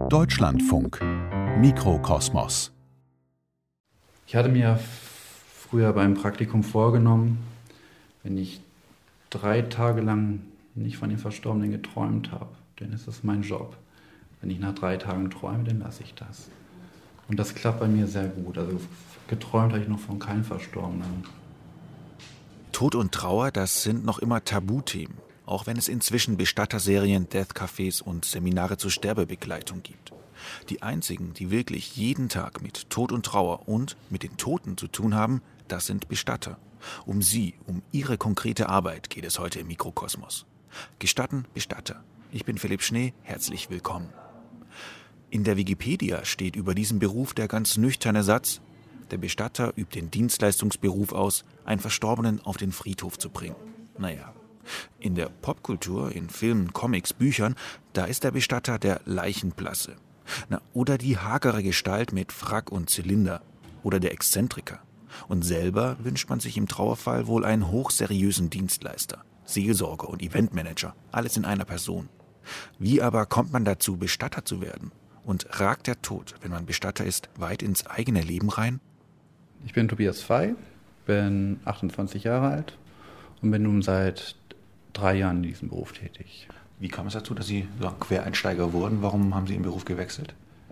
Deutschlandfunk Mikrokosmos. Ich hatte mir früher beim Praktikum vorgenommen, wenn ich 3 Tage lang nicht von den Verstorbenen geträumt habe, dann ist das mein Job. Wenn ich nach 3 Tagen träume, dann lasse ich das. Und das klappt bei mir sehr gut. Also geträumt habe ich noch von keinem Verstorbenen. Tod und Trauer, das sind noch immer Tabuthemen, auch wenn es inzwischen Bestatterserien, Deathcafés und Seminare zur Sterbebegleitung gibt. Die einzigen, die wirklich jeden Tag mit Tod und Trauer und mit den Toten zu tun haben, das sind Bestatter. Um sie, um ihre konkrete Arbeit geht es heute im Mikrokosmos. Gestatten, Bestatter. Ich bin Philipp Schnee, herzlich willkommen. In der Wikipedia steht über diesen Beruf der ganz nüchterne Satz: Der Bestatter übt den Dienstleistungsberuf aus, einen Verstorbenen auf den Friedhof zu bringen. Naja, in der Popkultur, in Filmen, Comics, Büchern, da ist der Bestatter der Leichenblasse. Oder die hagere Gestalt mit Frack und Zylinder. Oder der Exzentriker. Und selber wünscht man sich im Trauerfall wohl einen hochseriösen Dienstleister, Seelsorger und Eventmanager, alles in einer Person. Wie aber kommt man dazu, Bestatter zu werden? Und ragt der Tod, wenn man Bestatter ist, weit ins eigene Leben rein? Ich bin Tobias Fey, bin 28 Jahre alt und bin nun seit 3 Jahren in diesem Beruf tätig. Wie kam es dazu, dass Sie so Quereinsteiger wurden? Warum haben Sie Ihren Beruf gewechselt?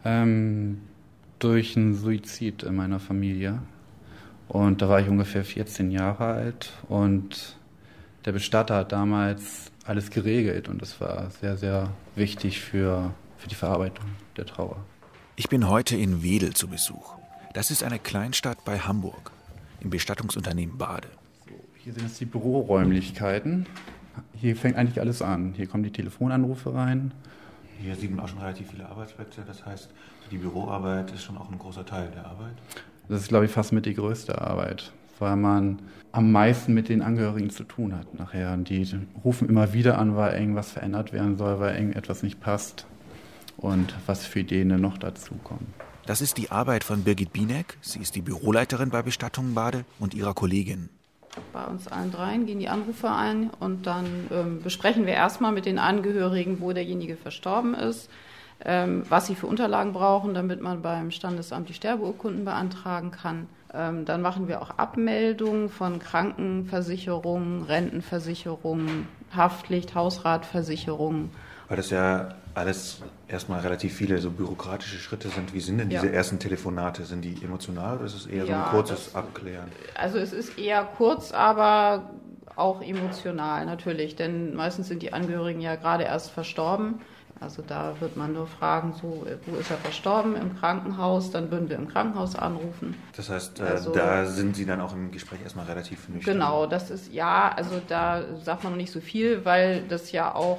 Durch einen Suizid in meiner Familie. Und da war ich ungefähr 14 Jahre alt und der Bestatter hat damals alles geregelt und das war sehr, sehr wichtig für die Verarbeitung der Trauer. Ich bin heute in Wedel zu Besuch. Das ist eine Kleinstadt bei Hamburg, im Bestattungsunternehmen Bade. Hier sind jetzt die Büroräumlichkeiten. Hier fängt eigentlich alles an. Hier kommen die Telefonanrufe rein. Hier sieht man auch schon relativ viele Arbeitsplätze. Das heißt, die Büroarbeit ist schon auch ein großer Teil der Arbeit. Das ist, glaube ich, fast mit die größte Arbeit, weil man am meisten mit den Angehörigen zu tun hat nachher. Und die rufen immer wieder an, weil irgendwas verändert werden soll, weil irgendetwas nicht passt und was für Ideen noch dazukommen. Das ist die Arbeit von Birgit Bienek. Sie ist die Büroleiterin bei Bestattungen Bade und ihrer Kollegin. Bei uns allen dreien gehen die Anrufe ein und dann besprechen wir erstmal mit den Angehörigen, wo derjenige verstorben ist, was sie für Unterlagen brauchen, damit man beim Standesamt die Sterbeurkunden beantragen kann. Dann machen wir auch Abmeldungen von Krankenversicherungen, Rentenversicherungen, Haftpflicht, Hausratversicherungen. Weil das ja alles erstmal relativ viele so bürokratische Schritte sind. Wie sind denn diese ersten Telefonate? Sind die emotional oder ist es eher so ein kurzes Abklären? Also es ist eher kurz, aber auch emotional natürlich, denn meistens sind die Angehörigen ja gerade erst verstorben. Also da wird man nur fragen, so, wo ist er verstorben? Im Krankenhaus, dann würden wir im Krankenhaus anrufen. Das heißt, da sind Sie dann auch im Gespräch erstmal relativ nüchtern? Genau, das ist also da sagt man noch nicht so viel, weil das ja auch,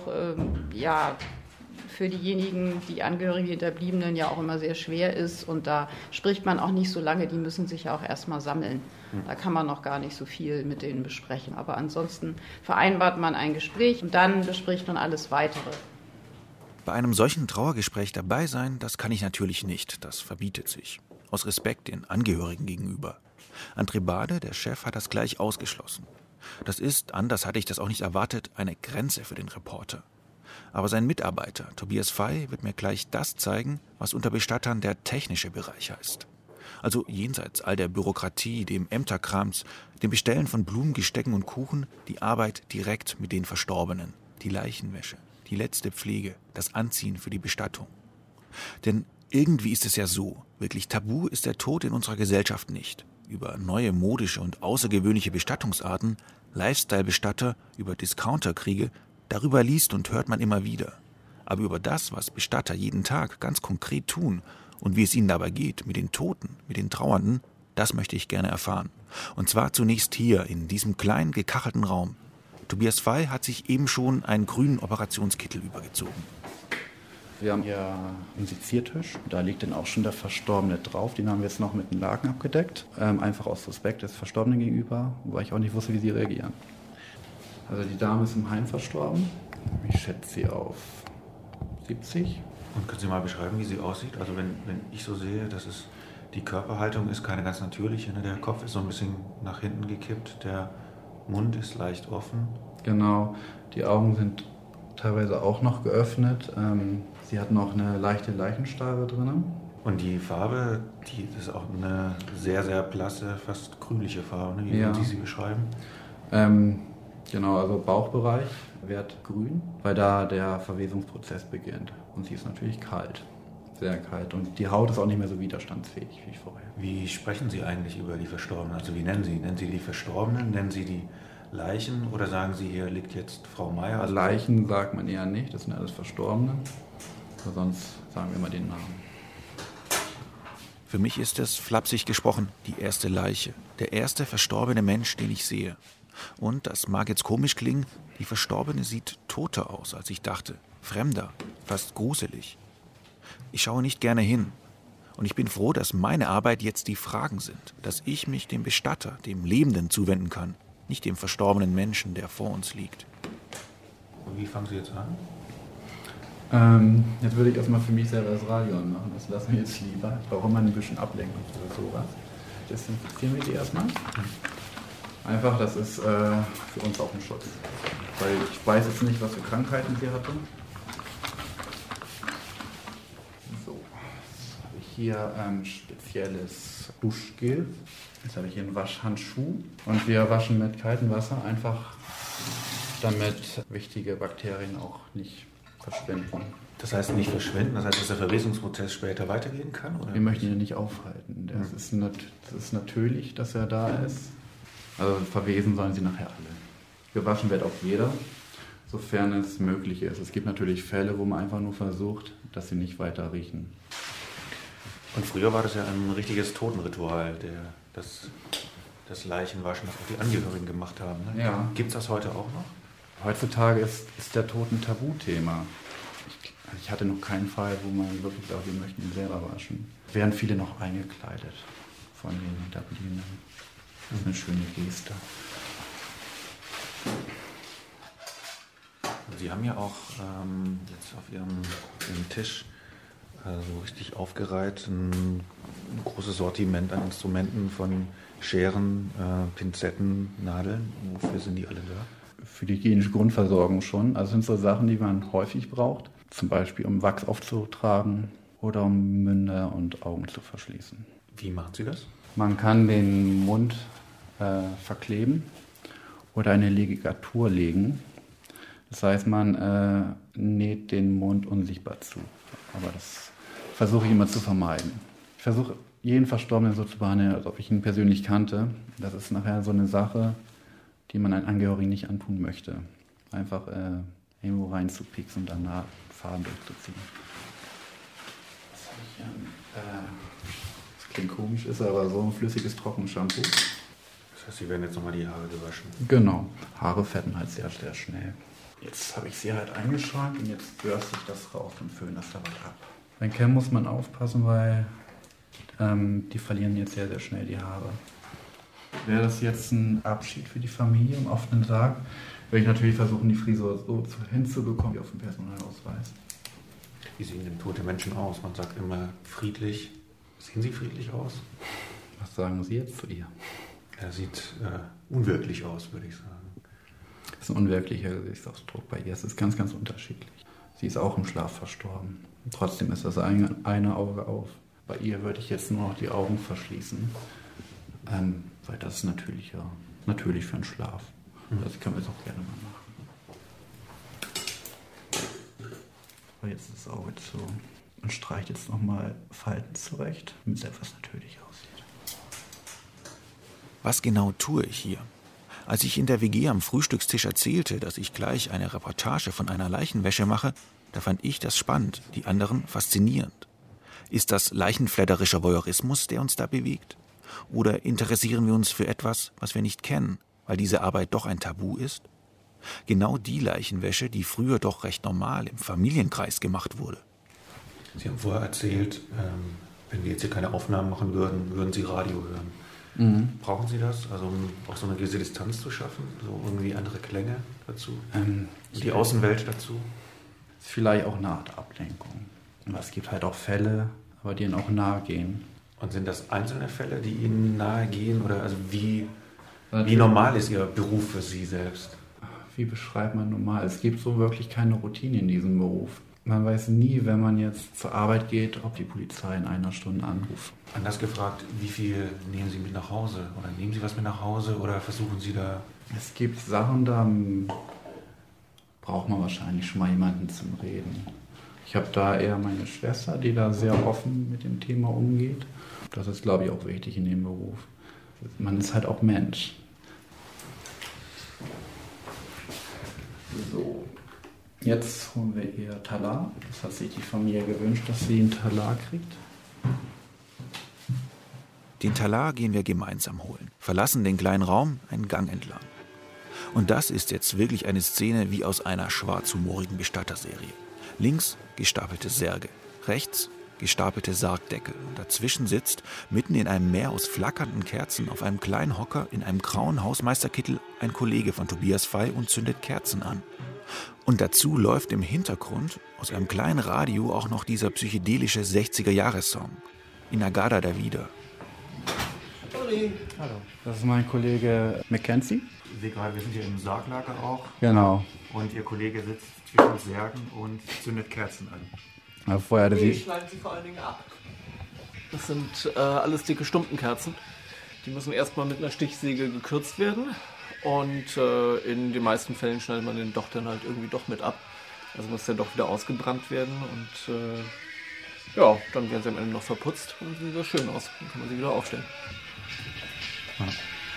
für diejenigen, die Angehörigen, die Hinterbliebenen ja auch immer sehr schwer ist und da spricht man auch nicht so lange, die müssen sich ja auch erstmal sammeln. Da kann man noch gar nicht so viel mit denen besprechen, aber ansonsten vereinbart man ein Gespräch und dann bespricht man alles Weitere. Bei einem solchen Trauergespräch dabei sein, das kann ich natürlich nicht, das verbietet sich. Aus Respekt den Angehörigen gegenüber. André Bade, der Chef, hat das gleich ausgeschlossen. Das ist, anders hatte ich das auch nicht erwartet, eine Grenze für den Reporter. Aber sein Mitarbeiter, Tobias Fey, wird mir gleich das zeigen, was unter Bestattern der technische Bereich heißt. Also jenseits all der Bürokratie, dem Ämterkrams, dem Bestellen von Blumengestecken und Kuchen, die Arbeit direkt mit den Verstorbenen, die Leichenwäsche, die letzte Pflege, das Anziehen für die Bestattung. Denn irgendwie ist es ja so, wirklich tabu ist der Tod in unserer Gesellschaft nicht. Über neue modische und außergewöhnliche Bestattungsarten, Lifestyle-Bestatter, über Discounterkriege, darüber liest und hört man immer wieder. Aber über das, was Bestatter jeden Tag ganz konkret tun und wie es ihnen dabei geht, mit den Toten, mit den Trauernden, das möchte ich gerne erfahren. Und zwar zunächst hier, in diesem kleinen, gekachelten Raum. Tobias Fey hat sich eben schon einen grünen Operationskittel übergezogen. Wir haben hier einen Seziertisch, da liegt dann auch schon der Verstorbene drauf. Den haben wir jetzt noch mit einem Laken abgedeckt, einfach aus Respekt des Verstorbenen gegenüber, wobei ich auch nicht wusste, wie sie reagieren. Also die Dame ist im Heim verstorben. Ich schätze sie auf 70. Und können Sie mal beschreiben, wie sie aussieht? Also wenn ich so sehe, dass es die Körperhaltung ist keine ganz natürliche. Ne? Der Kopf ist so ein bisschen nach hinten gekippt, der Mund ist leicht offen. Genau, die Augen sind teilweise auch noch geöffnet. Sie hat noch eine leichte Leichenstarre drin. Und die Farbe, das ist auch eine sehr, sehr blasse, fast grünliche Farbe, ne? Wie würden Sie beschreiben? Genau, also Bauchbereich wird grün, weil da der Verwesungsprozess beginnt. Und sie ist natürlich kalt, sehr kalt. Und die Haut ist auch nicht mehr so widerstandsfähig wie vorher. Wie sprechen Sie eigentlich über die Verstorbenen? Also wie nennen Sie? Nennen Sie die Verstorbenen? Nennen Sie die Leichen? Oder sagen Sie, hier liegt jetzt Frau Meier? Also Leichen sagt man eher nicht, das sind alles Verstorbene. Aber sonst sagen wir immer den Namen. Für mich ist es, flapsig gesprochen, die erste Leiche. Der erste verstorbene Mensch, den ich sehe. Und, das mag jetzt komisch klingen, die Verstorbene sieht toter aus, als ich dachte. Fremder, fast gruselig. Ich schaue nicht gerne hin. Und ich bin froh, dass meine Arbeit jetzt die Fragen sind. Dass ich mich dem Bestatter, dem Lebenden zuwenden kann. Nicht dem verstorbenen Menschen, der vor uns liegt. Und wie fangen Sie jetzt an? Jetzt würde ich erstmal für mich selber das Radio anmachen. Das lassen wir jetzt lieber. Ich brauche immer ein bisschen Ablenkung oder sowas. Desinfizieren wir die erstmal. Einfach, das ist für uns auch ein Schutz. Weil ich weiß jetzt nicht, was für Krankheiten sie hatte. So, jetzt habe ich hier spezielles Duschgel. Jetzt habe ich hier einen Waschhandschuh. Und wir waschen mit kaltem Wasser, einfach damit wichtige Bakterien auch nicht verschwinden. Das heißt nicht verschwinden, das heißt, dass der Verwesungsprozess später weitergehen kann? Oder? Wir möchten ihn ja nicht aufhalten. Das ist natürlich, dass er da ist. Also verwesen sollen sie nachher alle. Gewaschen wird auch jeder, sofern es möglich ist. Es gibt natürlich Fälle, wo man einfach nur versucht, dass sie nicht weiter riechen. Und früher war das ja ein richtiges Totenritual, das Leichenwaschen, das auch die Angehörigen gemacht haben. Ne? Ja. Gibt es das heute auch noch? Heutzutage ist der Tod ein Tabuthema. Ich hatte noch keinen Fall, wo man wirklich sagt, wir möchten ihn selber waschen. Werden viele noch eingekleidet von den Hinterbliebenen. Das ist eine schöne Geste. Sie haben ja auch jetzt auf Ihrem Tisch so richtig aufgereiht ein großes Sortiment an Instrumenten von Scheren, Pinzetten, Nadeln. Wofür sind die alle da? Für die hygienische Grundversorgung schon. Also sind so Sachen, die man häufig braucht. Zum Beispiel um Wachs aufzutragen oder um Münder und Augen zu verschließen. Wie machen Sie das? Man kann den Mund verkleben oder eine Ligatur legen. Das heißt, man näht den Mund unsichtbar zu. Aber das versuche ich immer zu vermeiden. Ich versuche, jeden Verstorbenen so zu behandeln, als ob ich ihn persönlich kannte. Das ist nachher so eine Sache, die man einem Angehörigen nicht antun möchte. Einfach irgendwo reinzupiksen und danach Farben durchzuziehen. Das klingt komisch, ist aber so ein flüssiges Trockenshampoo. Das heißt, Sie werden jetzt nochmal die Haare gewaschen? Genau. Haare fetten halt sehr, sehr schnell. Jetzt habe ich sie halt eingeschrankt und jetzt bürste ich das raus und föhne das dabei ab. Beim Kämmen muss man aufpassen, weil die verlieren jetzt sehr, sehr schnell die Haare. Wäre das jetzt ein Abschied für die Familie am offenen Tag, würde ich natürlich versuchen, die Frisur so hinzubekommen wie auf dem Personalausweis. Wie sehen denn tote Menschen aus? Man sagt immer friedlich. Sehen Sie friedlich aus? Was sagen Sie jetzt zu ihr? Er sieht unwirklich aus, würde ich sagen. Das ist ein unwirklicher Gesichtsausdruck bei ihr. Es ist ganz, ganz unterschiedlich. Sie ist auch im Schlaf verstorben. Und trotzdem ist das eine Auge auf. Bei ihr würde ich jetzt nur noch die Augen verschließen, weil das ist natürlich für einen Schlaf. Das können wir jetzt auch gerne mal machen. Aber jetzt ist das Auge zu und streicht jetzt nochmal Falten zurecht, damit es etwas natürlich aussieht. Was genau tue ich hier? Als ich in der WG am Frühstückstisch erzählte, dass ich gleich eine Reportage von einer Leichenwäsche mache, da fand ich das spannend, die anderen faszinierend. Ist das leichenfledderischer Voyeurismus, der uns da bewegt? Oder interessieren wir uns für etwas, was wir nicht kennen, weil diese Arbeit doch ein Tabu ist? Genau die Leichenwäsche, die früher doch recht normal im Familienkreis gemacht wurde. Sie haben vorher erzählt, wenn wir jetzt hier keine Aufnahmen machen würden, würden Sie Radio hören. Mhm. Brauchen Sie das, also um auch so eine gewisse Distanz zu schaffen, so irgendwie andere Klänge dazu, und die Außenwelt dazu? Das ist vielleicht auch eine Art Ablenkung. Aber es gibt halt auch Fälle, aber die Ihnen auch nahe gehen. Und sind das einzelne Fälle, die Ihnen nahe gehen, oder also wie normal ist Ihr Beruf für Sie selbst? wie beschreibt man normal? Es gibt so wirklich keine Routine in diesem Beruf. Man weiß nie, wenn man jetzt zur Arbeit geht, ob die Polizei in einer Stunde anruft. Anders gefragt, wie viel nehmen Sie mit nach Hause? Oder nehmen Sie was mit nach Hause oder versuchen Sie da... Es gibt Sachen, da braucht man wahrscheinlich schon mal jemanden zum Reden. Ich habe da eher meine Schwester, die da sehr offen mit dem Thema umgeht. Das ist, glaube ich, auch wichtig in dem Beruf. Man ist halt auch Mensch. So, jetzt holen wir ihr Talar. Das hat sich die Familie gewünscht, dass sie einen Talar kriegt. Den Talar gehen wir gemeinsam holen, verlassen den kleinen Raum einen Gang entlang. Und das ist jetzt wirklich eine Szene wie aus einer schwarzhumorigen Bestatterserie. Links gestapelte Särge, rechts gestapelte Sargdeckel und dazwischen sitzt, mitten in einem Meer aus flackernden Kerzen, auf einem kleinen Hocker in einem grauen Hausmeisterkittel ein Kollege von Tobias Fey und zündet Kerzen an. Und dazu läuft im Hintergrund aus einem kleinen Radio auch noch dieser psychedelische 60er-Jahres-Song. Inagada da wieder. Hallo. Das ist mein Kollege Mackenzie. Ich sehe gerade, wir sind hier im Sarglager auch. Genau. Und Ihr Kollege sitzt zwischen Särgen und zündet Kerzen an. Aber vorher Die schneiden sie vor allen Dingen ab. Das sind alles dicke Stumpenkerzen. Die müssen erstmal mit einer Stichsäge gekürzt werden. Und in den meisten Fällen schneidet man den doch dann halt irgendwie doch mit ab. Also muss der doch wieder ausgebrannt werden. Und ja, dann werden sie am Ende noch verputzt und sehen sehr schön aus. Dann kann man sie wieder aufstellen. Ja.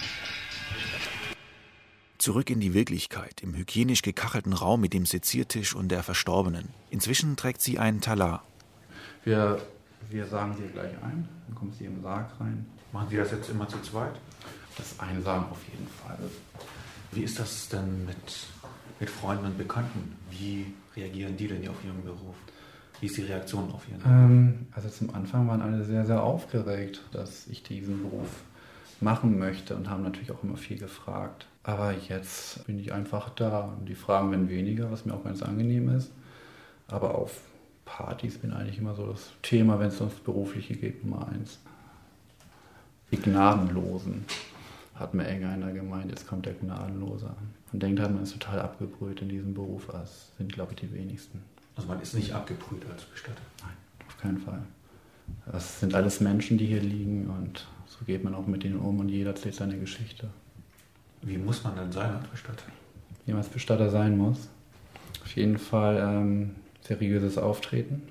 Zurück in die Wirklichkeit, im hygienisch gekachelten Raum mit dem Seziertisch und der Verstorbenen. Inzwischen trägt sie einen Talar. Wir sagen sie gleich ein, dann kommt sie im Sarg rein. Machen Sie das jetzt immer zu zweit? Das Einsagen auf jeden Fall. Wie ist das denn mit Freunden und Bekannten? Wie reagieren die denn auf Ihren Beruf? Wie ist die Reaktion auf Ihren Beruf? Also zum Anfang waren alle sehr, sehr aufgeregt, dass ich diesen Beruf machen möchte und haben natürlich auch immer viel gefragt. Aber jetzt bin ich einfach da und die Fragen werden weniger, was mir auch ganz angenehm ist. Aber auf Partys bin eigentlich immer so das Thema, wenn es ums Berufliche geht, Nummer 1. Die Gnadenlosen, hat mir einer gemeint, jetzt kommt der Gnadenlose an. Man denkt halt, man ist total abgebrüht in diesem Beruf, aber das sind, glaube ich, die wenigsten. Also man ist nicht abgebrüht als Bestatter? Nein, auf keinen Fall. Das sind alles Menschen, die hier liegen und so geht man auch mit denen um und jeder erzählt seine Geschichte. Wie muss man denn sein als Bestatter? Wie man als Bestatter sein muss. Auf jeden Fall seriöses Auftreten,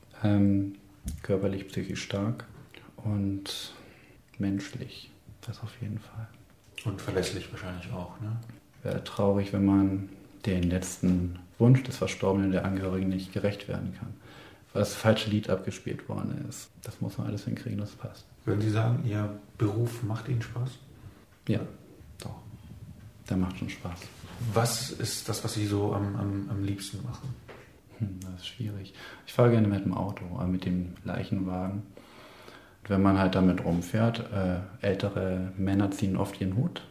körperlich, psychisch stark und menschlich. Das auf jeden Fall. Und verlässlich wahrscheinlich auch, ne? Wäre traurig, wenn man den letzten Wunsch des Verstorbenen, der Angehörigen, nicht gerecht werden kann. Weil das falsche Lied abgespielt worden ist. Das muss man alles hinkriegen, das passt. Würden Sie sagen, Ihr Beruf macht Ihnen Spaß? Ja, doch. Der macht schon Spaß. Was ist das, was Sie so am liebsten machen? Das ist schwierig. Ich fahre gerne mit dem Auto, mit dem Leichenwagen. Und wenn man halt damit rumfährt, ältere Männer ziehen oft ihren Hut.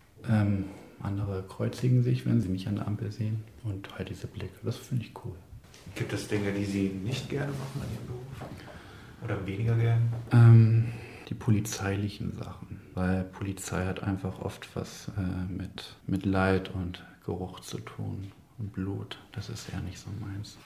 Andere kreuzigen sich, wenn sie mich an der Ampel sehen. Und halt diese Blicke, das finde ich cool. Gibt es Dinge, die Sie nicht gerne machen an Ihrem Beruf? Oder weniger gerne? Die polizeilichen Sachen. Weil Polizei hat einfach oft was mit Leid und Geruch zu tun. Und Blut, das ist eher nicht so meins.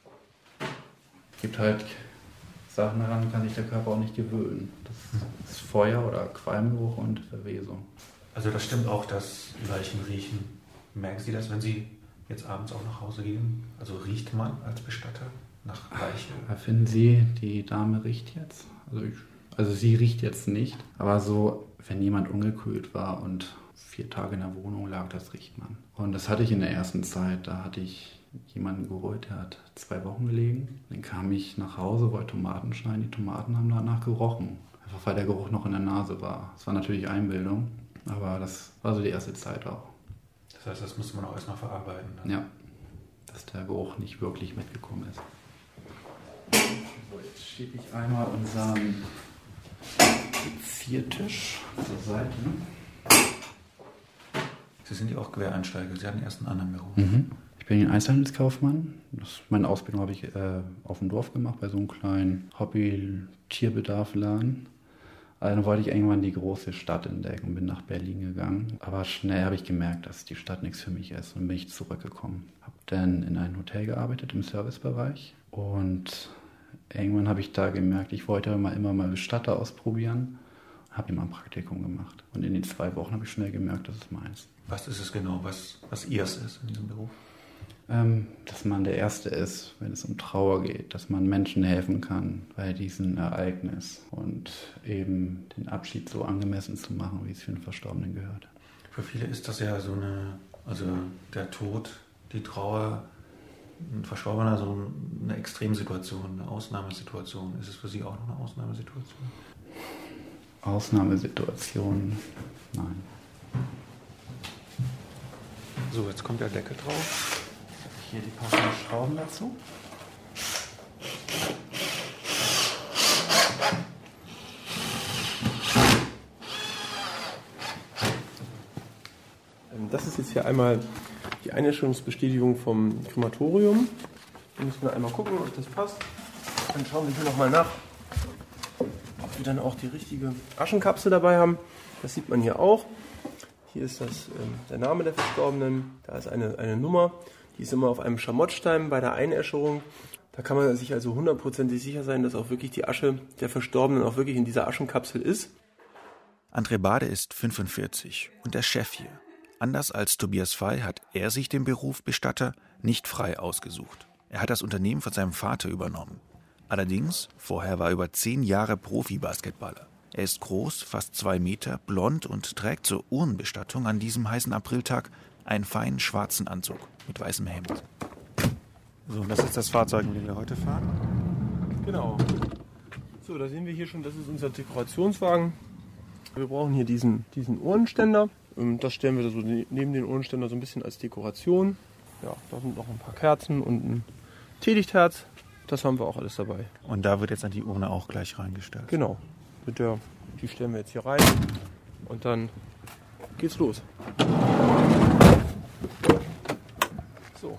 Es gibt halt Sachen, daran kann sich der Körper auch nicht gewöhnen. Das ist Feuer oder Qualmgeruch und Verwesung. Also das stimmt auch, dass Leichen riechen. Merken Sie das, wenn Sie jetzt abends auch nach Hause gehen? Also riecht man als Bestatter nach Leiche? Finden Sie, die Dame riecht jetzt? Also sie riecht jetzt nicht, aber so, wenn jemand ungekühlt war und 4 Tage in der Wohnung lag, das riecht man. Und das hatte ich in der ersten Zeit. Da hatte ich jemanden geholt, der hat 2 Wochen gelegen. Dann kam ich nach Hause, wollte Tomaten schneiden. Die Tomaten haben danach gerochen. Einfach weil der Geruch noch in der Nase war. Das war natürlich Einbildung, aber das war so die erste Zeit auch. Das heißt, das musste man auch erstmal verarbeiten. Ne? Ja, dass der Geruch nicht wirklich mitgekommen ist. So, jetzt schiebe ich einmal unseren Ziertisch zur Seite. Sie sind ja auch Quereinsteiger. Sie hatten erst einen anderen Beruf. Ich bin ein Einzelhandelskaufmann. Meine Ausbildung habe ich auf dem Dorf gemacht, bei so einem kleinen Hobby-Tierbedarf-Laden. Dann wollte ich irgendwann die große Stadt entdecken und bin nach Berlin gegangen. Aber schnell habe ich gemerkt, dass die Stadt nichts für mich ist und bin ich zurückgekommen. Habe dann in einem Hotel gearbeitet im Servicebereich und irgendwann habe ich da gemerkt, ich wollte immer mal Bestatter ausprobieren. Habe immer ein Praktikum gemacht und in den 2 Wochen habe ich schnell gemerkt, das ist meins. Was ist es genau, was Ihres ist in diesem Beruf? Dass man der Erste ist, wenn es um Trauer geht, dass man Menschen helfen kann bei diesem Ereignis und eben den Abschied so angemessen zu machen, wie es für einen Verstorbenen gehört. Für viele ist das ja so der Tod, die Trauer, ein Verstorbener, so eine Extremsituation, eine Ausnahmesituation. Ist es für Sie auch noch eine Ausnahmesituation? Ausnahmesituation, nein. So, jetzt kommt der Deckel drauf. Hier die passenden Schrauben dazu. Das ist jetzt hier einmal die Einstellungsbestätigung vom Krematorium. Da müssen wir einmal gucken, ob das passt. Dann schauen wir hier nochmal nach, ob wir dann auch die richtige Aschenkapsel dabei haben. Das sieht man hier auch. Hier ist der Name der Verstorbenen. Da ist eine Nummer. Die ist immer auf einem Schamottstein bei der Einäscherung. Da kann man sich also 100% sicher sein, dass auch wirklich die Asche der Verstorbenen auch wirklich in dieser Aschenkapsel ist. André Bade ist 45 und der Chef hier. Anders als Tobias Fey hat er sich den Beruf Bestatter nicht frei ausgesucht. Er hat das Unternehmen von seinem Vater übernommen. Allerdings, vorher war er über 10 Jahre Profi-Basketballer. Er ist groß, fast 2 Meter, blond und trägt zur Urnenbestattung an diesem heißen Apriltag einen feinen schwarzen Anzug mit weißem Hemd. So, und das ist das Fahrzeug, mit dem wir heute fahren? Genau. So, da sehen wir hier schon, das ist unser Dekorationswagen. Wir brauchen hier diesen Urnenständer. Das stellen wir so neben den Urnenständer so ein bisschen als Dekoration. Ja, da sind noch ein paar Kerzen und ein Teelichtherz. Das haben wir auch alles dabei. Und da wird jetzt dann die Urne auch gleich reingestellt? Genau. Die stellen wir jetzt hier rein und dann geht's los. So.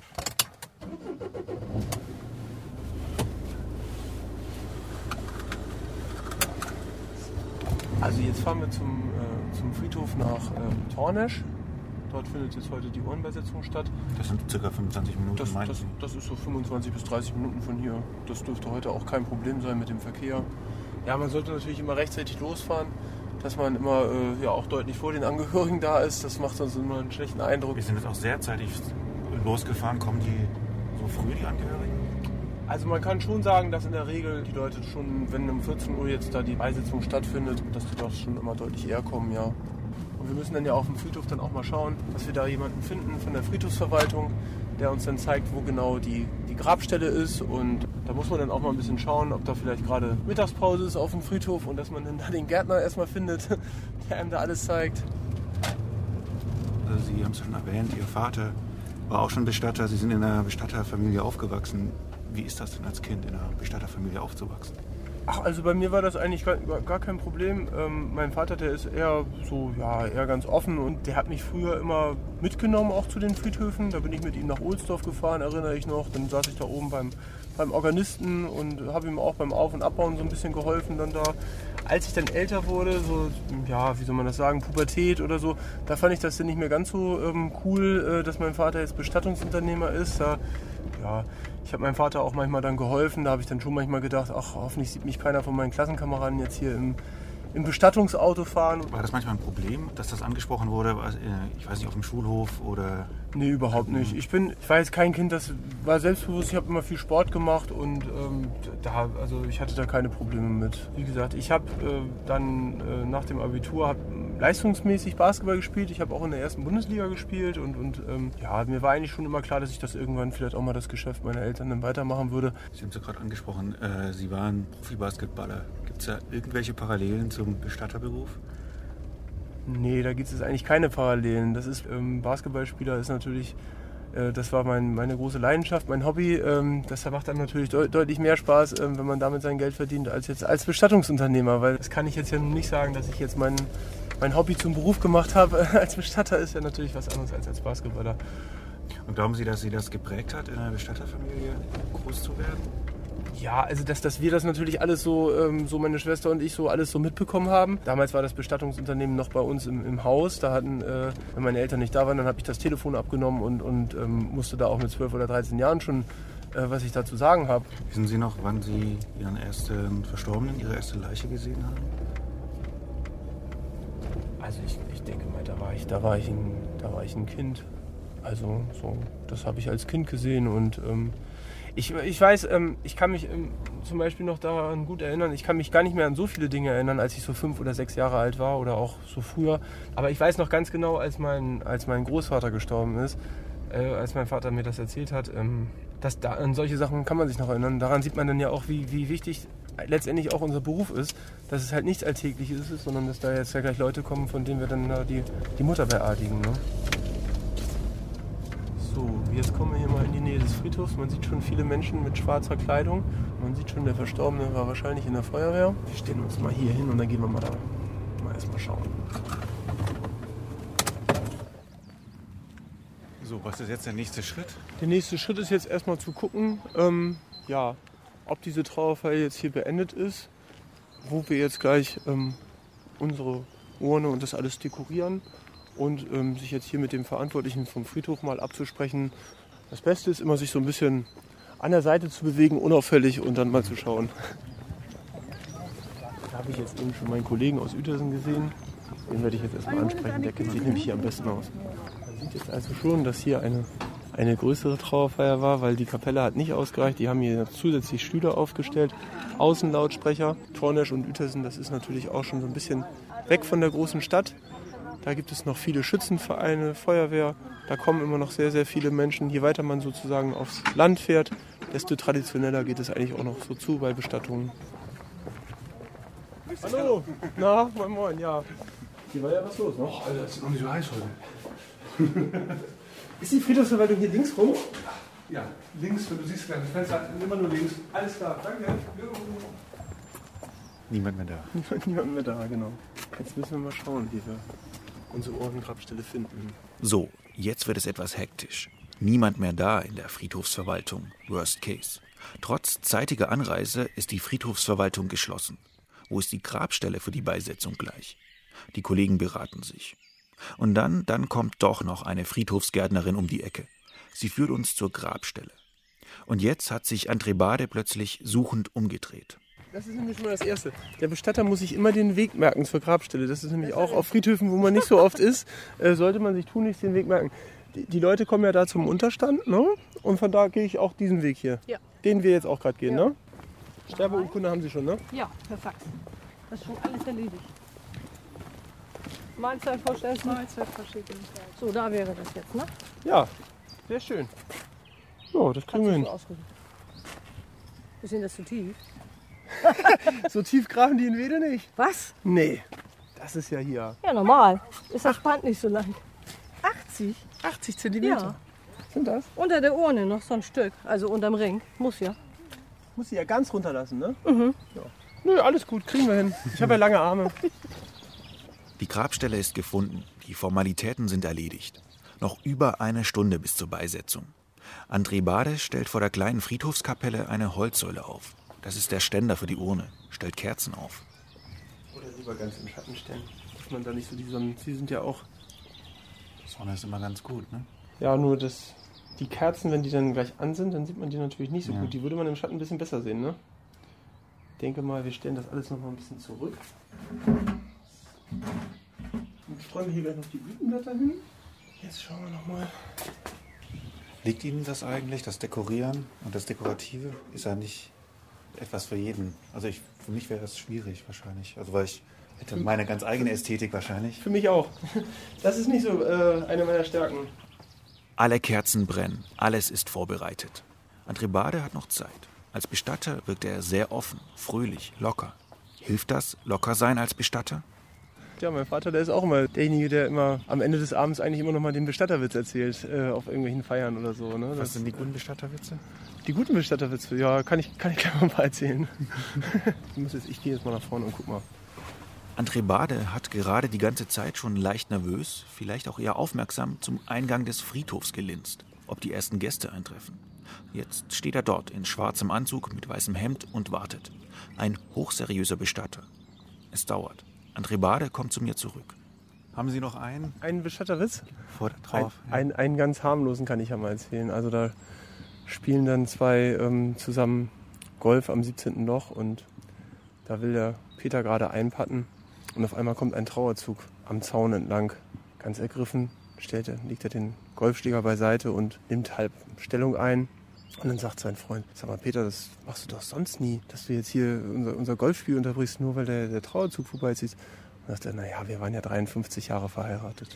Also jetzt fahren wir zum Friedhof nach Tornesch. Dort findet jetzt heute die Urnenbesetzung statt. Das sind ca. 25 Minuten, das ist so 25 bis 30 Minuten von hier. Das dürfte heute auch kein Problem sein mit dem Verkehr. Ja, man sollte natürlich immer rechtzeitig losfahren, dass man immer auch deutlich vor den Angehörigen da ist. Das macht sonst immer einen schlechten Eindruck. Wir sind jetzt auch sehr zeitig losgefahren. Kommen die so früh, die Angehörigen? Also man kann schon sagen, dass in der Regel die Leute schon, wenn um 14 Uhr jetzt da die Beisetzung stattfindet, dass die doch schon immer deutlich eher kommen, ja. Und wir müssen dann ja auf dem Friedhof dann auch mal schauen, dass wir da jemanden finden von der Friedhofsverwaltung, der uns dann zeigt, wo genau die Grabstelle ist. Und da muss man dann auch mal ein bisschen schauen, ob da vielleicht gerade Mittagspause ist auf dem Friedhof und dass man dann da den Gärtner erstmal findet, der einem da alles zeigt. Also Sie haben es schon erwähnt, Ihr Vater war auch schon Bestatter. Sie sind in einer Bestatterfamilie aufgewachsen. Wie ist das denn als Kind, in einer Bestatterfamilie aufzuwachsen? Ach, also bei mir war das eigentlich gar kein Problem. Mein Vater, der ist eher ganz offen und der hat mich früher immer mitgenommen, auch zu den Friedhöfen. Da bin ich mit ihm nach Ohlsdorf gefahren, erinnere ich noch. Dann saß ich da oben beim Organisten und habe ihm auch beim Auf- und Abbauen so ein bisschen geholfen dann da. Als ich dann älter wurde, so, ja, wie soll man das sagen, Pubertät oder so, da fand ich das dann nicht mehr ganz so cool, dass mein Vater jetzt Bestattungsunternehmer ist. Ich habe meinem Vater auch manchmal dann geholfen, da habe ich dann schon manchmal gedacht, ach, hoffentlich sieht mich keiner von meinen Klassenkameraden jetzt hier im Bestattungsauto fahren. War das manchmal ein Problem, dass das angesprochen wurde, ich weiß nicht, auf dem Schulhof oder? Nee, überhaupt nicht. Ich war jetzt kein Kind, das war selbstbewusst, ich habe immer viel Sport gemacht und ich hatte da keine Probleme mit. Wie gesagt, ich habe dann nach dem Abitur leistungsmäßig Basketball gespielt, ich habe auch in der ersten Bundesliga gespielt und mir war eigentlich schon immer klar, dass ich das irgendwann vielleicht auch mal das Geschäft meiner Eltern dann weitermachen würde. Sie haben es ja gerade angesprochen, Sie waren Profi-Basketballer. Gibt es da irgendwelche Parallelen zum Bestatterberuf? Nee, da gibt es eigentlich keine Parallelen. Das ist Basketballspieler ist natürlich, das war meine große Leidenschaft, mein Hobby. Das macht einem natürlich deutlich mehr Spaß, wenn man damit sein Geld verdient, als jetzt als Bestattungsunternehmer. Weil das kann ich jetzt ja nicht sagen, dass ich jetzt mein Hobby zum Beruf gemacht habe. Als Bestatter ist ja natürlich was anderes als Basketballer. Und glauben Sie, dass Sie das geprägt hat, in einer Bestatterfamilie groß zu werden? Ja, also dass wir das natürlich alles so meine Schwester und ich so alles so mitbekommen haben. Damals war das Bestattungsunternehmen noch bei uns im Haus. Da hatten, wenn meine Eltern nicht da waren, dann habe ich das Telefon abgenommen und musste da auch mit 12 oder 13 Jahren schon, was ich dazu sagen habe. Wissen Sie noch, wann Sie Ihren ersten Verstorbenen, Ihre erste Leiche gesehen haben? Also ich denke mal, da war ich ein Kind. Also so, das habe ich als Kind gesehen und ich weiß, ich kann mich zum Beispiel noch daran gut erinnern, ich kann mich gar nicht mehr an so viele Dinge erinnern, als ich so 5 oder 6 Jahre alt war oder auch so früher. Aber ich weiß noch ganz genau, als mein Großvater gestorben ist, als mein Vater mir das erzählt hat, dass da an solche Sachen kann man sich noch erinnern. Daran sieht man dann ja auch, wie wichtig letztendlich auch unser Beruf ist, dass es halt nichts Alltägliches ist, sondern dass da jetzt ja gleich Leute kommen, von denen wir dann die Mutter beerdigen. Ne? So, jetzt kommen wir hier mal in die Nähe des Friedhofs. Man sieht schon viele Menschen mit schwarzer Kleidung. Man sieht schon, der Verstorbene war wahrscheinlich in der Feuerwehr. Wir stellen uns mal hier hin und dann gehen wir mal da mal erstmal schauen. So, was ist jetzt der nächste Schritt? Der nächste Schritt ist jetzt erstmal zu gucken, ob diese Trauerfeier jetzt hier beendet ist, wo wir jetzt gleich unsere Urne und das alles dekorieren. Und sich jetzt hier mit dem Verantwortlichen vom Friedhof mal abzusprechen. Das Beste ist immer, sich so ein bisschen an der Seite zu bewegen, unauffällig und dann mal zu schauen. Da habe ich jetzt eben schon meinen Kollegen aus Uetersen gesehen. Den werde ich jetzt erstmal ansprechen, der kennt sich nämlich hier am besten aus. Man sieht jetzt also schon, dass hier eine größere Trauerfeier war, weil die Kapelle hat nicht ausgereicht. Die haben hier zusätzlich Stühle aufgestellt, Außenlautsprecher. Tornesch und Uetersen, das ist natürlich auch schon so ein bisschen weg von der großen Stadt. Da gibt es noch viele Schützenvereine, Feuerwehr. Da kommen immer noch sehr, sehr viele Menschen. Je weiter man sozusagen aufs Land fährt, desto traditioneller geht es eigentlich auch noch so zu bei Bestattungen. Hallo! Na, moin moin, ja. Hier war ja was los, ne? Oh, Alter, das ist noch nicht so heiß heute. Ist die Friedhofsverwaltung hier links rum? Ja, links, wenn du siehst, das Fenster, immer nur links. Alles klar, danke. Niemand mehr da. Niemand mehr da, genau. Jetzt müssen wir mal schauen, wie wir unsere Urnengrabstelle finden. So, jetzt wird es etwas hektisch. Niemand mehr da in der Friedhofsverwaltung. Worst case. Trotz zeitiger Anreise ist die Friedhofsverwaltung geschlossen. Wo ist die Grabstelle für die Beisetzung gleich? Die Kollegen beraten sich. Und dann kommt doch noch eine Friedhofsgärtnerin um die Ecke. Sie führt uns zur Grabstelle. Und jetzt hat sich André Bade plötzlich suchend umgedreht. Das ist nämlich schon mal das Erste. Der Bestatter muss sich immer den Weg merken zur Grabstelle. Das ist nämlich auch auf Friedhöfen, wo man nicht so oft ist, sollte man sich tunlichst den Weg merken. Die Leute kommen ja da zum Unterstand, ne? Und von da gehe ich auch diesen Weg hier. Ja. Den wir jetzt auch gerade gehen, Ja. ne? Sterbeurkunde haben Sie schon, ne? Ja, per Fax. Das ist schon alles erledigt. Mahlzeitverständnis. So, da wäre das jetzt, ne? Ja, sehr schön. Ja, das kriegen wir hin. Ist Ihnen das zu tief? So tief graben die in Wedel nicht? Was? Nee, das ist ja hier Ja, normal. Ist das Spann nicht so lang. 80? 80 Zentimeter. Ja. Sind das? Unter der Urne noch so ein Stück. Also unterm Ring. Muss ja. Muss sie ja ganz runterlassen, ne? Mhm. Ja. Nö, alles gut, kriegen wir hin. Ich habe ja lange Arme. Die Grabstelle ist gefunden. Die Formalitäten sind erledigt. Noch über eine Stunde bis zur Beisetzung. André Bade stellt vor der kleinen Friedhofskapelle eine Holzsäule auf. Das ist der Ständer für die Urne. Stellt Kerzen auf. Oder lieber ganz im Schatten stellen. Dass man da nicht so die Sonne... Sie sind ja auch... Die Sonne ist immer ganz gut, ne? Ja, nur das... Die Kerzen, wenn die dann gleich an sind, dann sieht man die natürlich nicht so gut. Die würde man im Schatten ein bisschen besser sehen, ne? Ich denke mal, wir stellen das alles noch mal ein bisschen zurück. Und streuen wir hier gleich noch die Blütenblätter hin. Jetzt schauen wir noch mal. Liegt Ihnen das eigentlich, das Dekorieren und das Dekorative? Ist ja nicht etwas für jeden. Also für mich wäre das schwierig wahrscheinlich. Also weil ich hätte meine ganz eigene Ästhetik wahrscheinlich. Für mich auch. Das ist nicht so eine meiner Stärken. Alle Kerzen brennen, alles ist vorbereitet. André Bade hat noch Zeit. Als Bestatter wirkt er sehr offen, fröhlich, locker. Hilft das, locker sein als Bestatter? Ja, mein Vater, der ist auch immer derjenige, der immer am Ende des Abends eigentlich immer noch mal den Bestatterwitz erzählt, auf irgendwelchen Feiern oder so. Ne? Was sind die guten Bestatterwitze? Die guten Bestatterwitze, ja, kann ich gleich mal ein paar erzählen. Ich gehe jetzt mal nach vorne und guck mal. André Bade hat gerade die ganze Zeit schon leicht nervös, vielleicht auch eher aufmerksam zum Eingang des Friedhofs gelinst, ob die ersten Gäste eintreffen. Jetzt steht er dort in schwarzem Anzug mit weißem Hemd und wartet. Ein hochseriöser Bestatter. Es dauert. André Bade kommt zu mir zurück. Haben Sie noch einen? Einen Bestatterwitz? Vor der drauf. Einen ganz harmlosen kann ich ja mal erzählen. Also da spielen dann zwei zusammen Golf am 17. Loch und da will der Peter gerade einpatten und auf einmal kommt ein Trauerzug am Zaun entlang. Ganz ergriffen legt er den Golfschläger beiseite und nimmt halb Stellung ein. Und dann sagt sein Freund, sag mal Peter, das machst du doch sonst nie, dass du jetzt hier unser Golfspiel unterbrichst, nur weil der Trauerzug vorbeizieht. Und dann sagt er, naja, wir waren ja 53 Jahre verheiratet.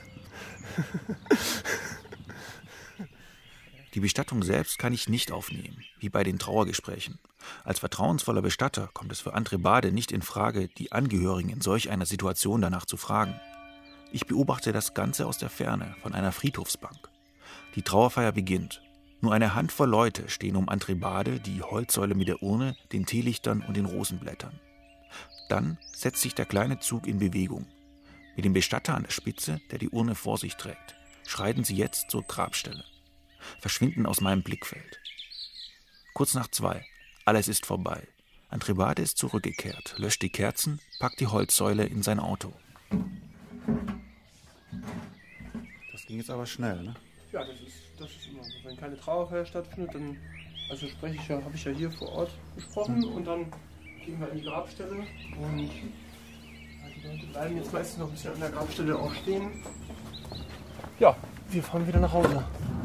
Die Bestattung selbst kann ich nicht aufnehmen, wie bei den Trauergesprächen. Als vertrauensvoller Bestatter kommt es für André Bade nicht in Frage, die Angehörigen in solch einer Situation danach zu fragen. Ich beobachte das Ganze aus der Ferne, von einer Friedhofsbank. Die Trauerfeier beginnt. Nur eine Handvoll Leute stehen um André Bade, die Holzsäule mit der Urne, den Teelichtern und den Rosenblättern. Dann setzt sich der kleine Zug in Bewegung. Mit dem Bestatter an der Spitze, der die Urne vor sich trägt, schreiten sie jetzt zur Grabstelle. Verschwinden aus meinem Blickfeld. Kurz nach 2. Alles ist vorbei. André Bade ist zurückgekehrt, löscht die Kerzen, packt die Holzsäule in sein Auto. Das ging jetzt aber schnell, ne? Ja, das ist immer so. Wenn keine Trauerfeier stattfindet, dann habe ich ja hier vor Ort gesprochen und dann gehen wir in die Grabstelle und die Leute bleiben jetzt meistens noch ein bisschen an der Grabstelle auch stehen. Ja, wir fahren wieder nach Hause.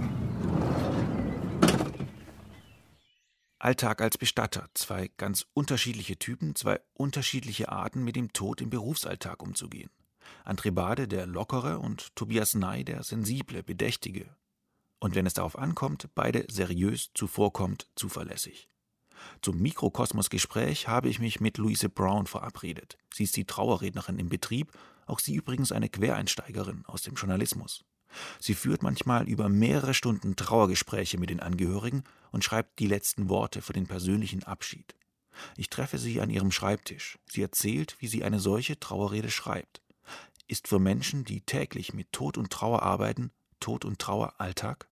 Alltag als Bestatter. 2 ganz unterschiedliche Typen, 2 unterschiedliche Arten, mit dem Tod im Berufsalltag umzugehen. André Bade, der Lockere, und Tobias Ney, der Sensible, Bedächtige. Und wenn es darauf ankommt, beide seriös, zuvorkommt, zuverlässig. Zum Mikrokosmos-Gespräch habe ich mich mit Louise Brown verabredet. Sie ist die Trauerrednerin im Betrieb, auch sie übrigens eine Quereinsteigerin aus dem Journalismus. Sie führt manchmal über mehrere Stunden Trauergespräche mit den Angehörigen und schreibt die letzten Worte für den persönlichen Abschied. Ich treffe sie an ihrem Schreibtisch. Sie erzählt, wie sie eine solche Trauerrede schreibt. Ist für Menschen, die täglich mit Tod und Trauer arbeiten, Tod und Trauer Alltag?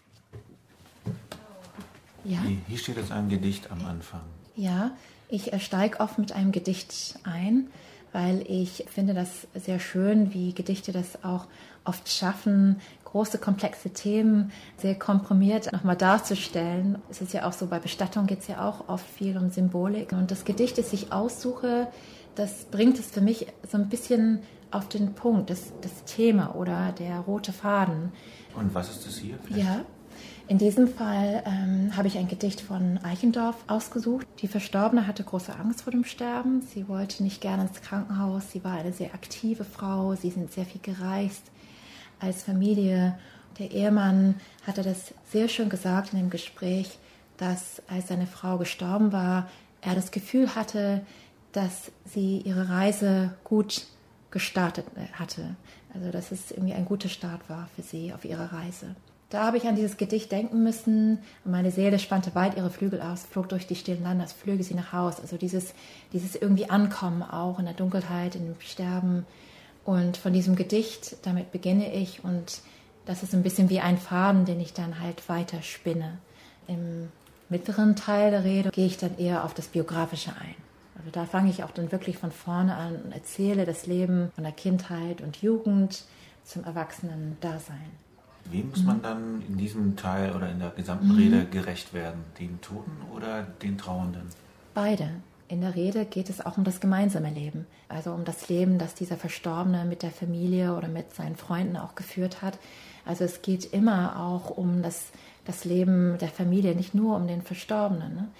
Ja. Hier steht jetzt ein Gedicht am Anfang. Ja, ich steige oft mit einem Gedicht ein, weil ich finde das sehr schön, wie Gedichte das auch oft schaffen, große, komplexe Themen sehr komprimiert nochmal darzustellen. Es ist ja auch so, bei Bestattung geht es ja auch oft viel um Symbolik. Und das Gedicht, das ich aussuche, das bringt es für mich so ein bisschen auf den Punkt, das Thema oder der rote Faden. Und was ist das hier? Ja, in diesem Fall habe ich ein Gedicht von Eichendorff ausgesucht. Die Verstorbene hatte große Angst vor dem Sterben. Sie wollte nicht gerne ins Krankenhaus. Sie war eine sehr aktive Frau. Sie sind sehr viel gereist als Familie. Der Ehemann hatte das sehr schön gesagt in dem Gespräch, dass als seine Frau gestorben war, er das Gefühl hatte, dass sie ihre Reise gut gestartet hatte. Also dass es irgendwie ein guter Start war für sie auf ihrer Reise. Da habe ich an dieses Gedicht denken müssen und meine Seele spannte weit ihre Flügel aus, flog durch die stillen Lande, als flöge sie nach Haus. Also dieses irgendwie Ankommen auch in der Dunkelheit, in dem Sterben. Und von diesem Gedicht, damit beginne ich und das ist ein bisschen wie ein Faden, den ich dann halt weiter spinne. Im mittleren Teil der Rede gehe ich dann eher auf das Biografische ein. Also da fange ich auch dann wirklich von vorne an und erzähle das Leben von der Kindheit und Jugend zum Erwachsenen-Dasein. Wem muss man dann in diesem Teil oder in der gesamten Rede gerecht werden? Den Toten oder den Trauernden? Beide. In der Rede geht es auch um das gemeinsame Leben. Also um das Leben, das dieser Verstorbene mit der Familie oder mit seinen Freunden auch geführt hat. Also es geht immer auch um das Leben der Familie, nicht nur um den Verstorbenen. Ne?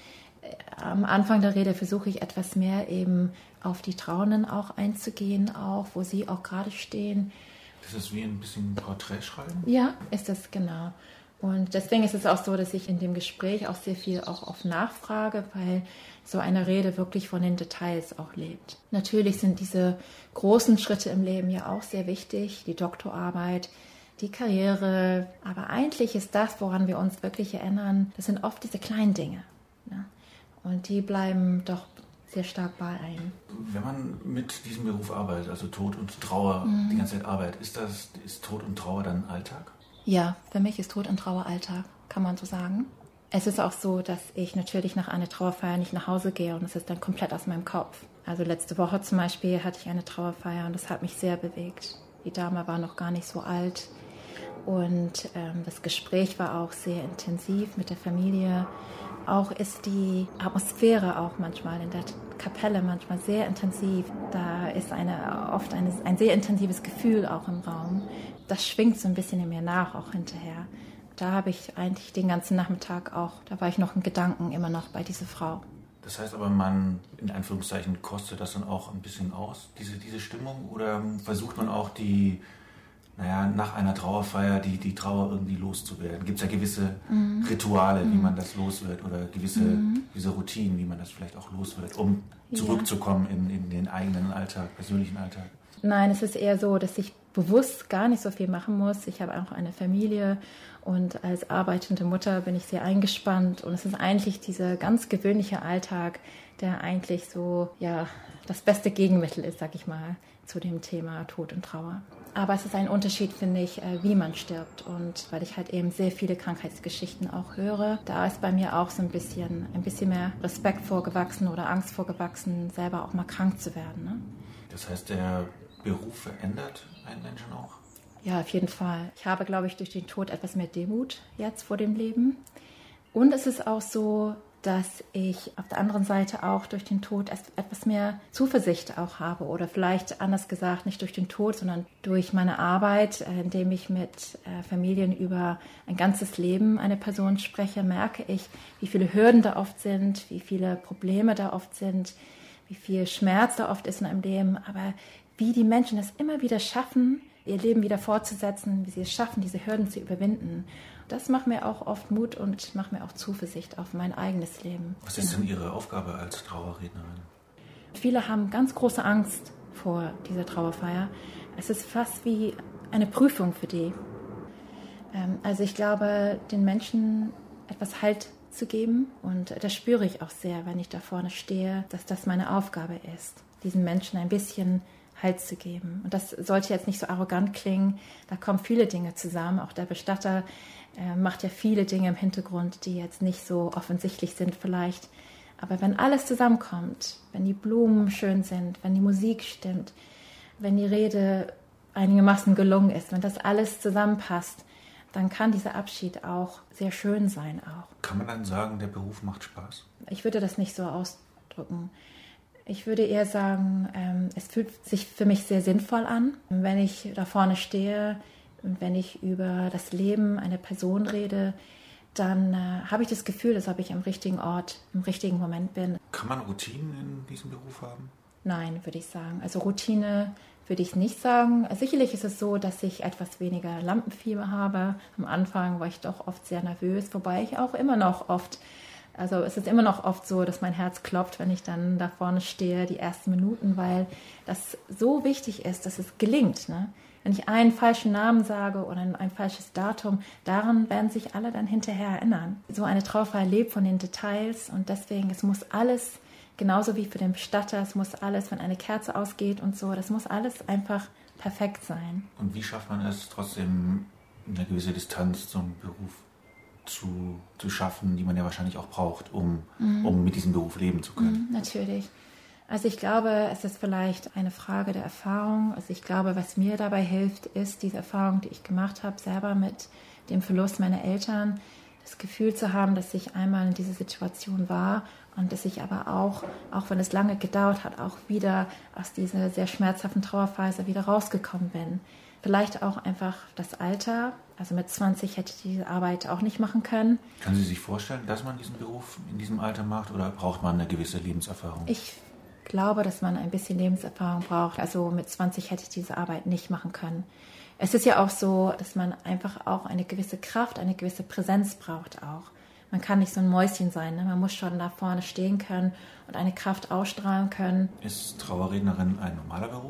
Am Anfang der Rede versuche ich etwas mehr eben auf die Trauernden auch einzugehen, auch wo sie auch gerade stehen. Das ist wie ein bisschen Porträt schreiben? Ja, ist das genau. Und deswegen ist es auch so, dass ich in dem Gespräch auch sehr viel auch auf nachfrage, weil so eine Rede wirklich von den Details auch lebt. Natürlich sind diese großen Schritte im Leben ja auch sehr wichtig, die Doktorarbeit, die Karriere. Aber eigentlich ist das, woran wir uns wirklich erinnern, das sind oft diese kleinen Dinge. Ne? Und die bleiben doch sehr stark bei einem. Wenn man mit diesem Beruf arbeitet, also Tod und Trauer die ganze Zeit arbeitet, ist Tod und Trauer dann Alltag? Ja, für mich ist Tod und Trauer Alltag, kann man so sagen. Es ist auch so, dass ich natürlich nach einer Trauerfeier nicht nach Hause gehe und es ist dann komplett aus meinem Kopf. Also letzte Woche zum Beispiel hatte ich eine Trauerfeier und das hat mich sehr bewegt. Die Dame war noch gar nicht so alt und das Gespräch war auch sehr intensiv mit der Familie. Auch ist die Atmosphäre auch manchmal in der Kapelle manchmal sehr intensiv. Da ist oft ein sehr intensives Gefühl auch im Raum. Das schwingt so ein bisschen in mir nach, auch hinterher. Da habe ich eigentlich den ganzen Nachmittag da war ich noch in Gedanken immer noch bei dieser Frau. Das heißt aber, man, in Anführungszeichen, kostet das dann auch ein bisschen aus, diese Stimmung? Oder versucht man auch nach einer Trauerfeier die Trauer irgendwie loszuwerden? Gibt es ja gewisse Rituale, wie man das los wird oder gewisse Routinen, wie man das vielleicht auch los wird, um zurückzukommen in den eigenen Alltag, persönlichen Alltag? Nein, es ist eher so, dass ich bewusst gar nicht so viel machen muss. Ich habe auch eine Familie und als arbeitende Mutter bin ich sehr eingespannt und es ist eigentlich dieser ganz gewöhnliche Alltag, der eigentlich so das beste Gegenmittel ist, sag ich mal, zu dem Thema Tod und Trauer. Aber es ist ein Unterschied, finde ich, wie man stirbt. Und weil ich halt eben sehr viele Krankheitsgeschichten auch höre, da ist bei mir auch so ein bisschen mehr Respekt vorgewachsen oder Angst vorgewachsen, selber auch mal krank zu werden. Ne? Das heißt, der Beruf verändert einen Menschen auch? Ja, auf jeden Fall. Ich habe, glaube ich, durch den Tod etwas mehr Demut jetzt vor dem Leben. Und es ist auch so, dass ich auf der anderen Seite auch durch den Tod etwas mehr Zuversicht auch habe. Oder vielleicht anders gesagt, nicht durch den Tod, sondern durch meine Arbeit, indem ich mit Familien über ein ganzes Leben einer Person spreche, merke ich, wie viele Hürden da oft sind, wie viele Probleme da oft sind, wie viel Schmerz da oft ist in einem Leben. Aber wie die Menschen es immer wieder schaffen, ihr Leben wieder fortzusetzen, wie sie es schaffen, diese Hürden zu überwinden. Das macht mir auch oft Mut und macht mir auch Zuversicht auf mein eigenes Leben. Was ist denn Ihre Aufgabe als Trauerrednerin? Viele haben ganz große Angst vor dieser Trauerfeier. Es ist fast wie eine Prüfung für die. Also ich glaube, den Menschen etwas Halt zu geben und das spüre ich auch sehr, wenn ich da vorne stehe, dass das meine Aufgabe ist, diesen Menschen ein bisschen Halt zu geben. Und das sollte jetzt nicht so arrogant klingen. Da kommen viele Dinge zusammen. Auch der Bestatter macht ja viele Dinge im Hintergrund, die jetzt nicht so offensichtlich sind vielleicht. Aber wenn alles zusammenkommt, wenn die Blumen schön sind, wenn die Musik stimmt, wenn die Rede einigermaßen gelungen ist, wenn das alles zusammenpasst, dann kann dieser Abschied auch sehr schön sein auch. Kann man dann sagen, der Beruf macht Spaß? Ich würde das nicht so ausdrücken. Ich würde eher sagen, es fühlt sich für mich sehr sinnvoll an, wenn ich da vorne stehe und wenn ich über das Leben einer Person rede, dann habe ich das Gefühl, dass ich am richtigen Ort, im richtigen Moment bin. Kann man Routinen in diesem Beruf haben? Nein, würde ich sagen. Also Routine würde ich nicht sagen. Sicherlich ist es so, dass ich etwas weniger Lampenfieber habe. Am Anfang war ich doch oft sehr nervös, wobei ich auch immer noch oft, also es ist immer noch oft so, dass mein Herz klopft, wenn ich dann da vorne stehe, die ersten Minuten, weil das so wichtig ist, dass es gelingt. Ne? Wenn ich einen falschen Namen sage oder ein falsches Datum, daran werden sich alle dann hinterher erinnern. So eine Trauerfeier lebt von den Details und deswegen, es muss alles, genauso wie für den Bestatter, es muss alles, wenn eine Kerze ausgeht und so, das muss alles einfach perfekt sein. Und wie schafft man es trotzdem, eine gewisse Distanz zum Beruf zu schaffen, die man ja wahrscheinlich auch braucht, um mit diesem Beruf leben zu können? Natürlich. Also ich glaube, es ist vielleicht eine Frage der Erfahrung. Also ich glaube, was mir dabei hilft, ist diese Erfahrung, die ich gemacht habe, selber mit dem Verlust meiner Eltern, das Gefühl zu haben, dass ich einmal in dieser Situation war und dass ich aber auch wenn es lange gedauert hat, auch wieder aus dieser sehr schmerzhaften Trauerphase wieder rausgekommen bin. Vielleicht auch einfach das Alter. Also mit 20 hätte ich diese Arbeit auch nicht machen können. Können Sie sich vorstellen, dass man diesen Beruf in diesem Alter macht oder braucht man eine gewisse Lebenserfahrung? Ich glaube, dass man ein bisschen Lebenserfahrung braucht. Also mit 20 hätte ich diese Arbeit nicht machen können. Es ist ja auch so, dass man einfach auch eine gewisse Kraft, eine gewisse Präsenz braucht auch. Man kann nicht so ein Mäuschen sein, ne? Man muss schon da vorne stehen können und eine Kraft ausstrahlen können. Ist Trauerrednerin ein normaler Beruf?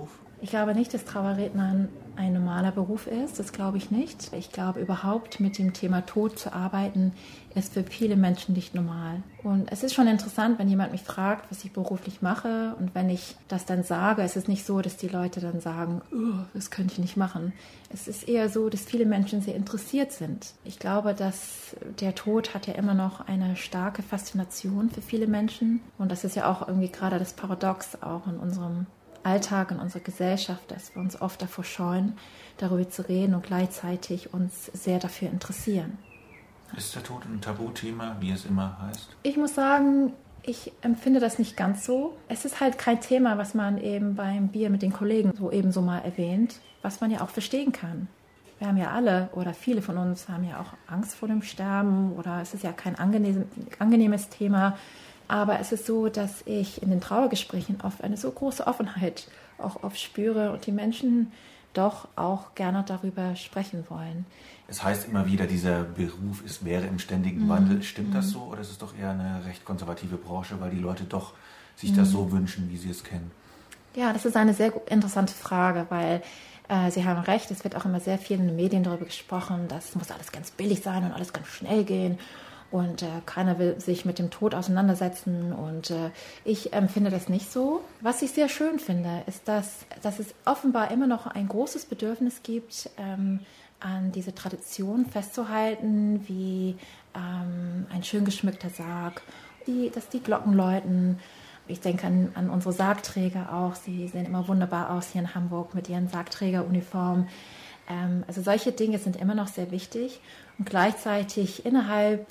Ich glaube nicht, dass Trauerredner ein normaler Beruf ist. Das glaube ich nicht. Ich glaube, überhaupt mit dem Thema Tod zu arbeiten, ist für viele Menschen nicht normal. Und es ist schon interessant, wenn jemand mich fragt, was ich beruflich mache. Und wenn ich das dann sage, es ist nicht so, dass die Leute dann sagen, das könnte ich nicht machen. Es ist eher so, dass viele Menschen sehr interessiert sind. Ich glaube, dass der Tod hat ja immer noch eine starke Faszination für viele Menschen. Und das ist ja auch irgendwie gerade das Paradox auch in unserem Alltag, in unserer Gesellschaft, dass wir uns oft davor scheuen, darüber zu reden und gleichzeitig uns sehr dafür interessieren. Ist der Tod ein Tabuthema, wie es immer heißt? Ich muss sagen, ich empfinde das nicht ganz so. Es ist halt kein Thema, was man eben beim Bier mit den Kollegen so mal erwähnt, was man ja auch verstehen kann. Wir haben ja alle oder viele von uns haben ja auch Angst vor dem Sterben oder es ist ja kein angenehmes Thema. Aber es ist so, dass ich in den Trauergesprächen oft eine so große Offenheit auch oft spüre und die Menschen doch auch gerne darüber sprechen wollen. Es heißt immer wieder, dieser Beruf wäre im ständigen Wandel. Stimmt das so oder ist es doch eher eine recht konservative Branche, weil die Leute doch sich das so wünschen, wie sie es kennen? Ja, das ist eine sehr interessante Frage, weil Sie haben recht, es wird auch immer sehr viel in den Medien darüber gesprochen, das muss alles ganz billig sein und alles ganz schnell gehen. Und keiner will sich mit dem Tod auseinandersetzen. Und ich empfinde das nicht so. Was ich sehr schön finde, ist, dass es offenbar immer noch ein großes Bedürfnis gibt, an diese Tradition festzuhalten, wie ein schön geschmückter Sarg, dass die Glocken läuten. Ich denke an unsere Sargträger auch. Sie sehen immer wunderbar aus hier in Hamburg mit ihren Sargträgeruniformen. Also solche Dinge sind immer noch sehr wichtig und gleichzeitig innerhalb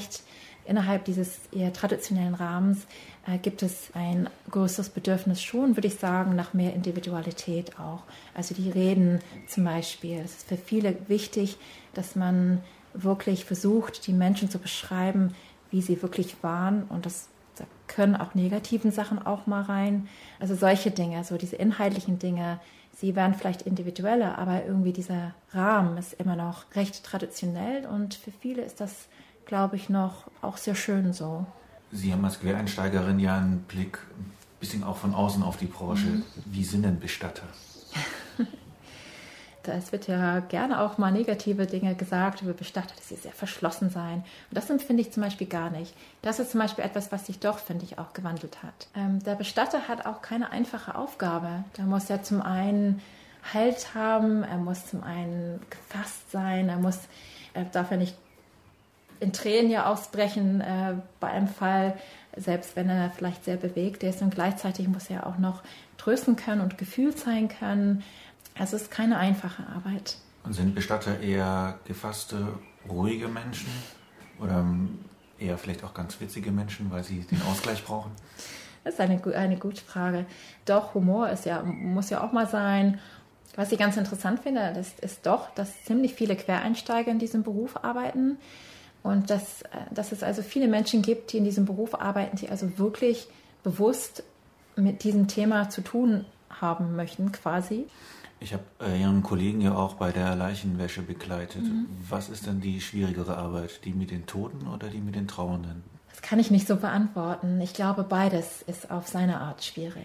dieses eher traditionellen Rahmens gibt es ein größeres Bedürfnis schon, würde ich sagen, nach mehr Individualität auch. Also die Reden zum Beispiel, es ist für viele wichtig, dass man wirklich versucht, die Menschen zu beschreiben, wie sie wirklich waren und da können auch negativen Sachen auch mal rein. Also solche Dinge, so diese inhaltlichen Dinge, sie werden vielleicht individueller, aber irgendwie dieser Rahmen ist immer noch recht traditionell und für viele ist das, glaube ich, noch auch sehr schön so. Sie haben als Quereinsteigerin ja einen Blick ein bisschen auch von außen auf die Branche. Wie sind denn Bestatter? Es wird ja gerne auch mal negative Dinge gesagt über Bestatter, dass sie sehr verschlossen seien. Und das empfinde ich zum Beispiel gar nicht. Das ist zum Beispiel etwas, was sich doch, finde ich, auch gewandelt hat. Der Bestatter hat auch keine einfache Aufgabe. Der muss ja zum einen Halt haben, er muss zum einen gefasst sein, er darf ja nicht in Tränen ja ausbrechen bei einem Fall, selbst wenn er vielleicht sehr bewegt ist. Und gleichzeitig muss er auch noch trösten können und gefühlt sein können. Es ist keine einfache Arbeit. Und sind Bestatter eher gefasste, ruhige Menschen oder eher vielleicht auch ganz witzige Menschen, weil sie den Ausgleich brauchen? Das ist eine gute Frage. Doch, Humor muss ja auch mal sein. Was ich ganz interessant finde, ist doch, dass ziemlich viele Quereinsteiger in diesem Beruf arbeiten und dass es also viele Menschen gibt, die in diesem Beruf arbeiten, die also wirklich bewusst mit diesem Thema zu tun haben möchten, quasi. Ich habe Ihren Kollegen ja auch bei der Leichenwäsche begleitet. Was ist denn die schwierigere Arbeit? Die mit den Toten oder die mit den Trauernden? Das kann ich nicht so beantworten. Ich glaube, beides ist auf seine Art schwierig.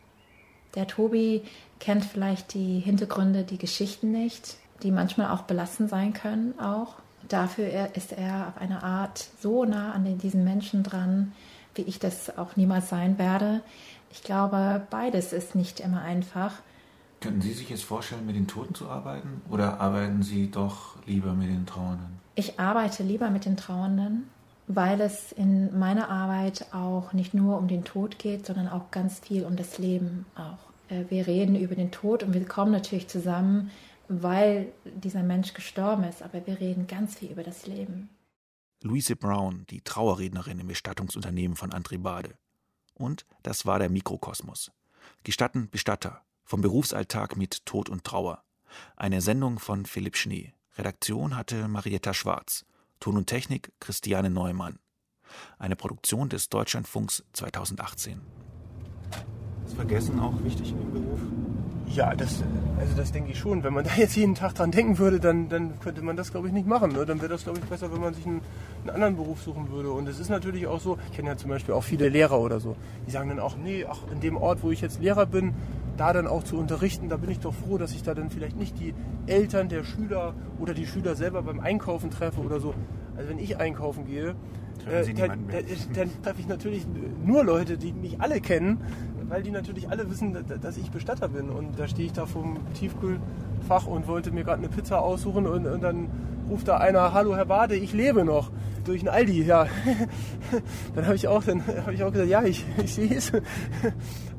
Der Tobi kennt vielleicht die Hintergründe, die Geschichten nicht, die manchmal auch belastend sein können auch. Dafür ist er auf eine Art so nah an diesen Menschen dran, wie ich das auch niemals sein werde. Ich glaube, beides ist nicht immer einfach. Könnten Sie sich jetzt vorstellen, mit den Toten zu arbeiten? Oder arbeiten Sie doch lieber mit den Trauernden? Ich arbeite lieber mit den Trauernden, weil es in meiner Arbeit auch nicht nur um den Tod geht, sondern auch ganz viel um das Leben auch. Wir reden über den Tod und wir kommen natürlich zusammen, weil dieser Mensch gestorben ist, aber wir reden ganz viel über das Leben. Louise Brown, die Trauerrednerin im Bestattungsunternehmen von André Bade. Und das war der Mikrokosmos. Gestatten Bestatter. Vom Berufsalltag mit Tod und Trauer. Eine Sendung von Philipp Schnee. Redaktion hatte Marietta Schwarz. Ton und Technik Christiane Neumann. Eine Produktion des Deutschlandfunks 2018. Ist Vergessen auch wichtig in dem Beruf? Ja, das denke ich schon. Wenn man da jetzt jeden Tag dran denken würde, dann könnte man das, glaube ich, nicht machen. Ne? Dann wäre das, glaube ich, besser, wenn man sich einen anderen Beruf suchen würde. Und es ist natürlich auch so, ich kenne ja zum Beispiel auch viele Lehrer oder so, die sagen dann auch, in dem Ort, wo ich jetzt Lehrer bin, da dann auch zu unterrichten, da bin ich doch froh, dass ich da dann vielleicht nicht die Eltern der Schüler oder die Schüler selber beim Einkaufen treffe oder so. Also wenn ich einkaufen gehe, dann treffe ich natürlich nur Leute, die mich alle kennen, weil die natürlich alle wissen, dass ich Bestatter bin. Und da stehe ich da vom Tiefkühlfach und wollte mir gerade eine Pizza aussuchen und dann ruft da einer, hallo Herr Bade, ich lebe noch, durch ein Aldi, ja. Dann habe ich auch gesagt, ja, ich sehe es.